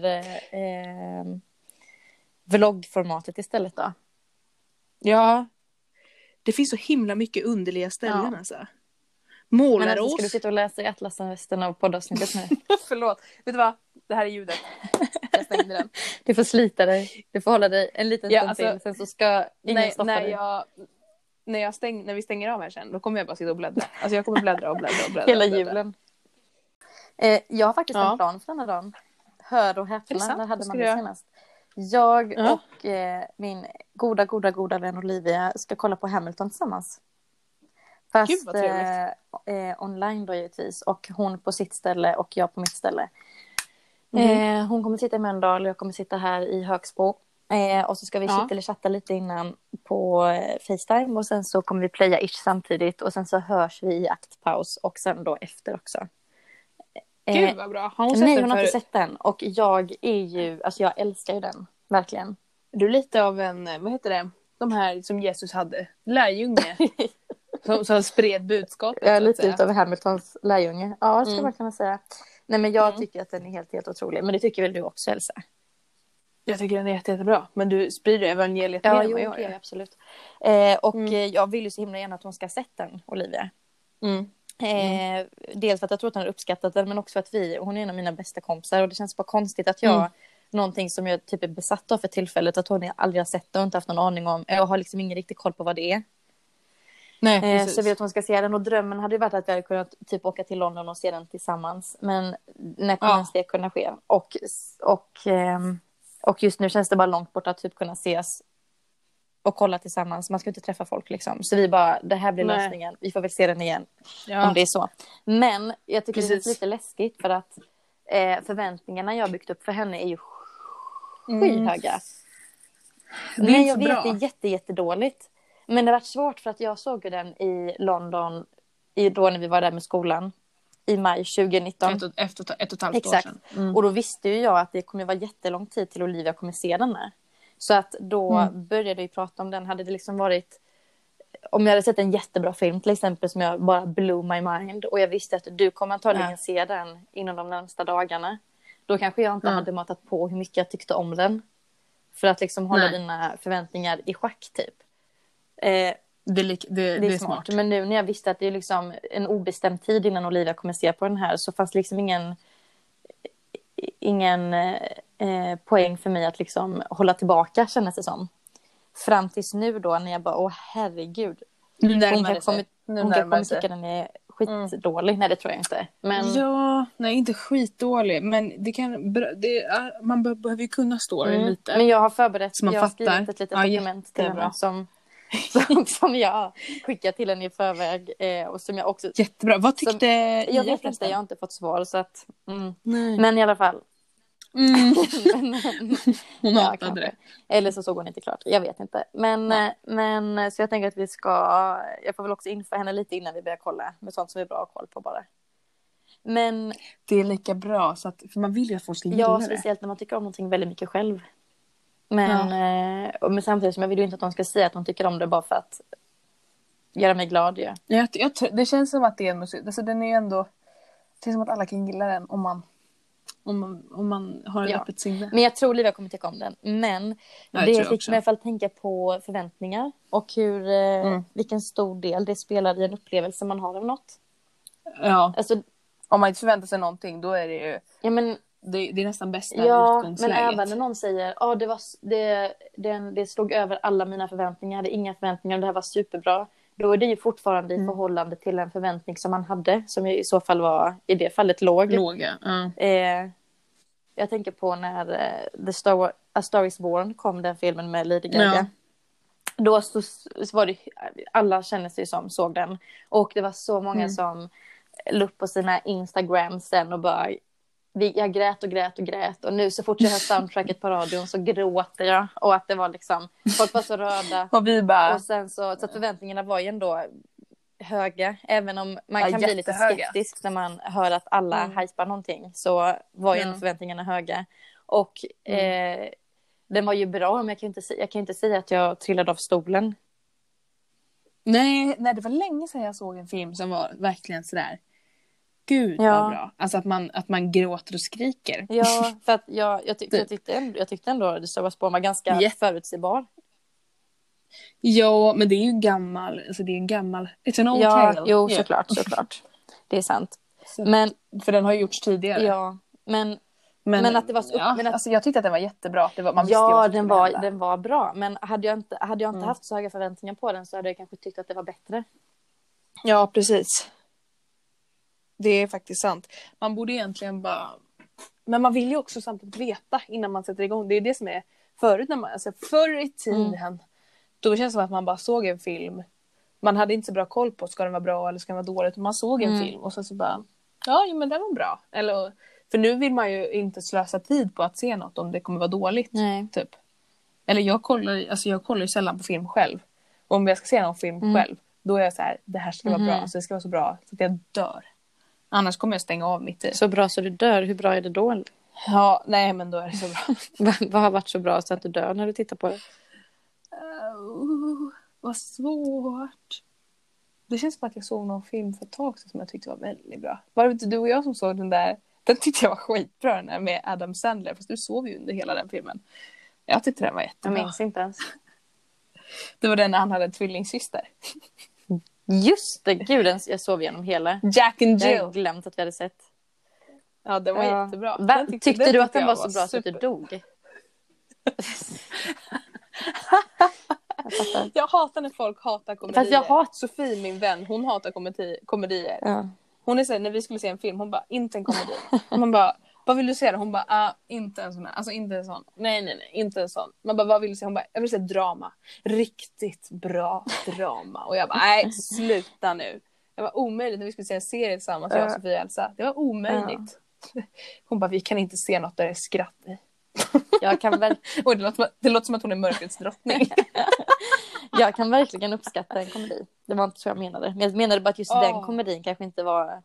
vloggformatet istället då.
Ja. Det finns så himla mycket underliga ställen alltså. Målarås.
Men ska du sitta och läsa i atlasen resten av poddavsnittet nu?
Förlåt. Vet du vad? Det här är ljudet. Jag stängde den.
Du får slita dig. Du får hålla dig en liten stund till. Sen så ska ingen stoppa dig.
när vi stänger av här sen, då kommer jag bara sitta och bläddra. Alltså jag kommer bläddra och bläddra och bläddra.
Hela
och bläddra.
julen. Jag har faktiskt en plan för den här dagen. Hör och häpna, när hade man det senast? Jag och min goda vän Olivia ska kolla på Hamilton tillsammans. Fast
Gud, vad trevligt.
Online då givetvis. Och hon på sitt ställe och jag på mitt ställe. Hon kommer sitta i Mölndal och jag kommer sitta här i Högsbo. Och så ska vi sitta eller chatta lite innan på FaceTime. Och sen så kommer vi playa ish samtidigt. Och sen så hörs vi i aktpaus. Och sen då efter också.
Gud vad bra.
Har hon sett den? Hon har inte sett den. Och jag är ju, alltså jag älskar ju den. Verkligen.
Du är lite av en, vad heter det? De här som Jesus hade. Lärjunge. som spred budskapet.
Jag är lite utav Hamiltons lärjunge. Ja, det ska man kunna säga. Nej, men jag tycker att den är helt otrolig. Men det tycker väl du också, Elsa?
Jag tycker den är jättebra. Men du sprider evangeliet mer än vad jag gör.
Absolut. Jag vill ju så himla gärna att hon ska ha sett den, Olivia. Dels för att jag tror att hon har uppskattat den, men också för att hon är en av mina bästa kompisar. Och det känns bara konstigt att jag, någonting som jag typ är besatt av för tillfället, att hon aldrig har sett det och inte haft någon aning om. Jag har liksom ingen riktig koll på vad det är. Nej, så jag vill att hon ska se den. Och drömmen hade ju varit att vi hade kunnat typ åka till London och se den tillsammans. Men när kommer ens det kunna ske? Och just nu känns det bara långt bort att typ kunna ses och kolla tillsammans. Man ska inte träffa folk liksom. Så vi bara, det här blir lösningen. Vi får väl se den igen. Om det är så. Men jag tycker det är lite läskigt. För att förväntningarna jag byggt upp för henne är ju skyhöga. Men jag vet, det är jättedåligt. Men det har varit svårt för att jag såg den i London då när vi var där med skolan. I maj 2019.
Efter ett och ett halvt
Exakt.
år sedan.
Och då visste ju jag att det kommer vara jättelång tid till Olivia kommer se den här. Så att då började vi prata om den. Hade det liksom varit, om jag hade sett en jättebra film till exempel som jag bara blew my mind. Och jag visste att du kommer antagligen se den inom de närmsta dagarna. Då kanske jag inte hade matat på hur mycket jag tyckte om den. För att liksom hålla dina förväntningar i schack typ.
Det är smart.
Men nu när jag visste att det är liksom en obestämd tid innan Olivia kommer se på den här, så fanns det liksom ingen poäng för mig att liksom hålla tillbaka, kändes det som. Fram tills nu då när jag bara, åh herregud. Hon kommer tycka den är skitdålig. Nej, det tror jag inte. Men...
Ja, nej, inte skitdålig. Men det kan, man behöver ju kunna stå lite.
Men jag har förberett,
jag har
skrivit ett litet dokument till henne som jag skickar till henne i förväg. Och som jag också...
Jättebra. Vad tyckte
jag vet inte, jag har inte fått svar. Så att, men i alla fall.
Hon hatade det.
Eller så såg hon inte klart. Jag vet inte. Men så jag tänker att jag får väl också info henne lite innan vi börjar kolla med sånt som är bra att kolla på bara. Men
det är lika bra så att, för man vill ju att folk ska gilla det.
Ja, speciellt när man tycker om någonting väldigt mycket själv. Men samtidigt som jag vill ju inte att de ska säga att de tycker om det bara för att göra mig glad. Ja.
Det känns som att det är en musik. Alltså den är ändå, det känns som att alla kan gilla den om man har ett öppet sinne.
Men jag tror Olivia kommer tycka om den. Men det fick mig i alla fall tänka på förväntningar. Och vilken stor del det spelar i en upplevelse man har av något.
Ja,
alltså,
om man inte förväntar sig någonting, då är det ju...
Ja, men...
Det är nästan bästa
utgångsläget. Men även när någon säger det slog över alla mina förväntningar. Jag hade inga förväntningar, det här var superbra. Då är det ju fortfarande i förhållande till en förväntning som man hade. Som i så fall var, i det fallet, låg. Jag tänker på när A Star Is Born kom, den filmen med Lady Gaga. Då så var det, alla känner sig som såg den. Och det var så många som la upp på sina Instagram sen och bara... Jag grät och grät. Och nu så fort jag hör soundtracket på radion så gråter jag. Och att det var liksom... Folk var så röda.
Och vi bara...
Och sen så att förväntningarna var ju ändå höga. Även om man kan bli lite skeptisk när man hör att alla hypar någonting. Så var ju ändå förväntningarna höga. Och den var ju bra. Men jag kan inte säga att jag trillade av stolen.
Nej, det var länge sedan jag såg en film som var verkligen sådär... Gud vad bra. Alltså att man gråter och skriker.
Ja, för att jag tyckte ändå att det Star Wars var ganska förutsägbar.
Ja, men det är ju gammal. Alltså det är en gammal... It's an old tale.
Jo, såklart. Det är sant.
Så, men, för den har ju gjorts tidigare.
Ja, men Men att det var så
alltså jag tyckte att den var jättebra. Man visste ju
ja,
vad som skulle hända.
den var bra. Men hade jag inte haft så höga förväntningar på den så hade jag kanske tyckt att det var bättre.
Ja, precis. Det är faktiskt sant. Man borde egentligen bara... Men man vill ju också samtidigt veta innan man sätter igång. Det är det som är förut när man... Alltså förr i tiden. Då känns det som att man bara såg en film. Man hade inte så bra koll på ska den vara bra eller ska den vara dålig. Man såg en film och så bara... Ja, men den var bra. Eller, för nu vill man ju inte slösa tid på att se något om det kommer vara dåligt.
Nej.
Typ. Eller jag kollar ju sällan på film själv. Och om jag ska se någon film själv. Då är jag så här, det här ska vara bra. Alltså det ska vara så bra så att jag dör. Annars kommer jag stänga av mitt i.
Så bra så du dör, hur bra är det då?
Ja, nej men då är det så bra.
Vad har varit så bra så att du dör när du tittar på det?
Vad svårt. Det känns som att jag såg någon film för ett tag sedan som jag tyckte var väldigt bra. Var det inte du och jag som såg den där? Den tyckte jag var skitbra, den där med Adam Sandler. Fast du sov ju under hela den filmen. Jag tyckte den var jättebra.
Jag minns inte ens.
Det var den när han hade en tvillingsyster.
Just det, gud, jag sov igenom hela.
Jack and
Jag
Jill.
hade glömt att vi hade sett.
Ja, den var jättebra.
Tyckte du att den var så bra så att du dog?
Jag hatar när folk hatar komedier. Sofie, min vän, hon hatar komedier.
Ja.
Hon är så här, när vi skulle se en film, hon bara, inte en komedi. Man bara, vad vill du se då? Hon bara, inte en sån här. Alltså inte en sån. Nej, inte en sån. Man bara, vad vill du se? Hon bara, jag vill se drama. Riktigt bra drama. Och jag bara, nej, sluta nu. Det var omöjligt när vi skulle se en serie tillsammans, jag och Sofie och Elsa. Det var omöjligt. Hon bara, vi kan inte se något där det är skratt i.
Jag kan väl...
Och det låter som att hon är mörkrets drottning.
Jag kan verkligen uppskatta en komedi. Det var inte så jag menade. Men jag menade bara att just den komedin kanske inte var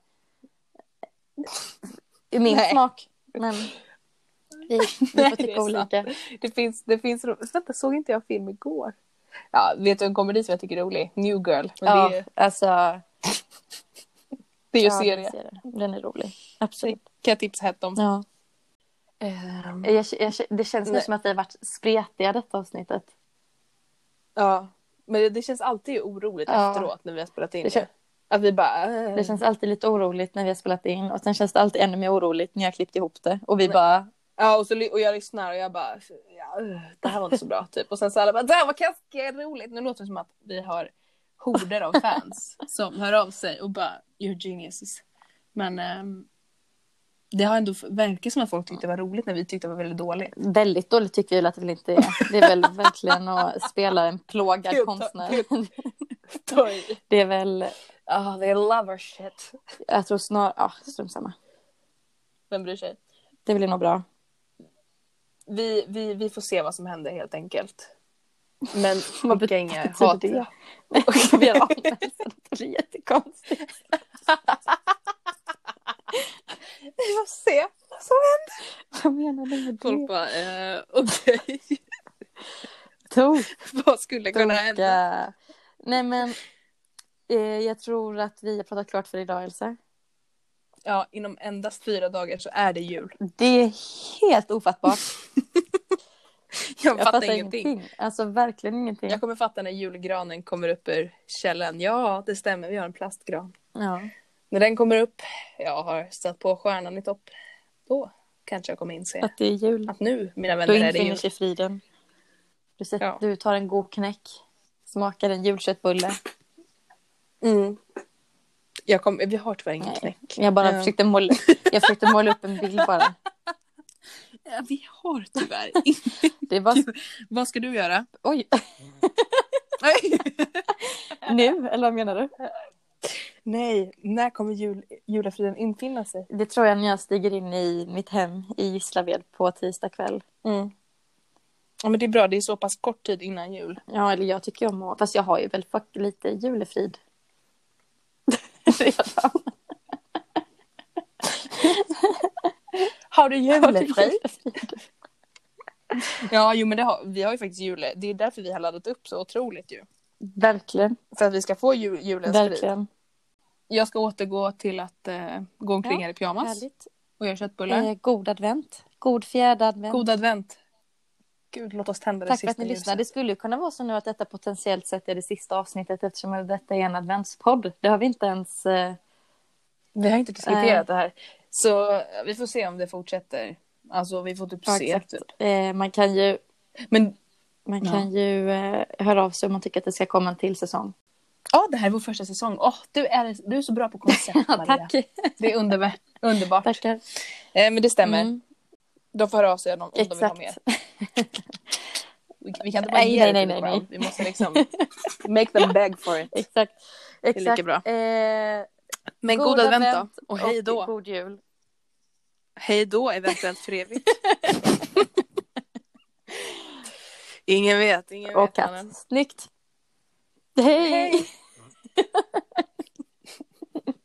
i min smak. Men vi får tycka olika.
Det finns vänta, såg inte jag film igår? Ja, vet du en komedi som jag tycker är rolig? New Girl. Men
ja,
det är,
alltså...
det är ju serie.
Den är rolig. Absolut.
Kan jag tipsa hett om.
Ja. Det känns nu som att vi har varit spretiga detta avsnittet.
Ja, men det känns alltid oroligt efteråt när vi har spelat in det. Att vi bara...
Det känns alltid lite oroligt när vi har spelat in. Och sen känns det alltid ännu mer oroligt när jag har klippt ihop det. Och vi bara...
Ja, och jag lyssnar och jag bara... det här var inte så bra, typ. Och sen så alla bara, det här var kanske roligt. Nu låter det som att vi har horder av fans som hör av sig och bara, you're geniuses. Men... det har ändå verkat som att folk tyckte det var roligt när vi tyckte det var väldigt dåligt.
Väldigt dåligt tycker jag att det väl inte är. Det är väl verkligen att spela en plågad konstnär. Det är väl...
they love our shit.
Jag tror snarare... strunt samma.
Vem bryr sig?
Det blir nog bra.
Vi får se vad som händer helt enkelt. Men
vad
betyder inga
hat. Det? Det blir jättekonstigt.
Vi får se vad som händer.
Vad menar du med det?
Folk bara, okej. Vad skulle kunna hända?
Nej men, jag tror att vi har pratat klart för idag, Elsa.
Ja, inom endast 4 dagar så är det jul.
Det är helt ofattbart.
Jag fattar ingenting.
Alltså verkligen ingenting.
Jag kommer fatta när julgranen kommer upp ur källan. Ja, det stämmer. Vi har en plastgran.
Ja.
När den kommer upp, jag har satt på stjärnan i topp. Då kanske jag kommer inse
att det är jul.
Att nu, mina vänner,
då
är det jul.
Då sig friden. Du tar en god knäck. Smakar en julköttbulle.
Mm. Vi har tyvärr ingen knäck.
Jag bara försökte måla upp en bild bara.
Ja, vi har tyvärr ingen.
Det var...
Vad ska du göra?
Oj. Nu, eller vad menar du?
Nej, när kommer julafriden infinna sig?
Det tror jag när jag stiger in i mitt hem i Gislaved på tisdag kväll.
Mm. Ja, men det är bra, det är så pass kort tid innan jul.
Ja, eller jag tycker om att... Fast jag har ju väl lite julefrid.
Har du julefrid? Ja, jo men vi har ju faktiskt jule. Det är därför vi har laddat upp så otroligt ju.
Verkligen.
För att vi ska få julens
Verkligen.
frid. Jag ska återgå till att gå omkring här i pyjamas.
Härligt.
Och göra köttbullar.
God advent. God fjärde advent.
God advent. Gud, låt oss tända det
sista. Tack
sista
för att ni lyssnade. Det skulle kunna vara så nu att detta potentiellt sett är det sista avsnittet eftersom detta är en adventspodd. Det har vi inte ens...
Vi har inte diskuterat det här. Så vi får se om det fortsätter Alltså vi får typ
Ja,
se
exakt.
typ.
Man kan ju,
Men
höra av sig om man tycker att det ska komma en till säsong.
ja, det här är vår första säsong. Du är så bra på koncept,
Ja,
Maria.
tack.
Det är underbart.
Tackar.
Men det stämmer.
Mm,
De får höra av sig om de vill ha
exakt.
mer. Vi kan inte bara ge det till the crowd. Vi måste liksom make them beg for it.
Exakt.
Det är lika bra. Men god advent då. Och hej då.
God jul.
Hej då, eventuellt för evigt. Ingen vet.
Och katt. Snyggt. Hej!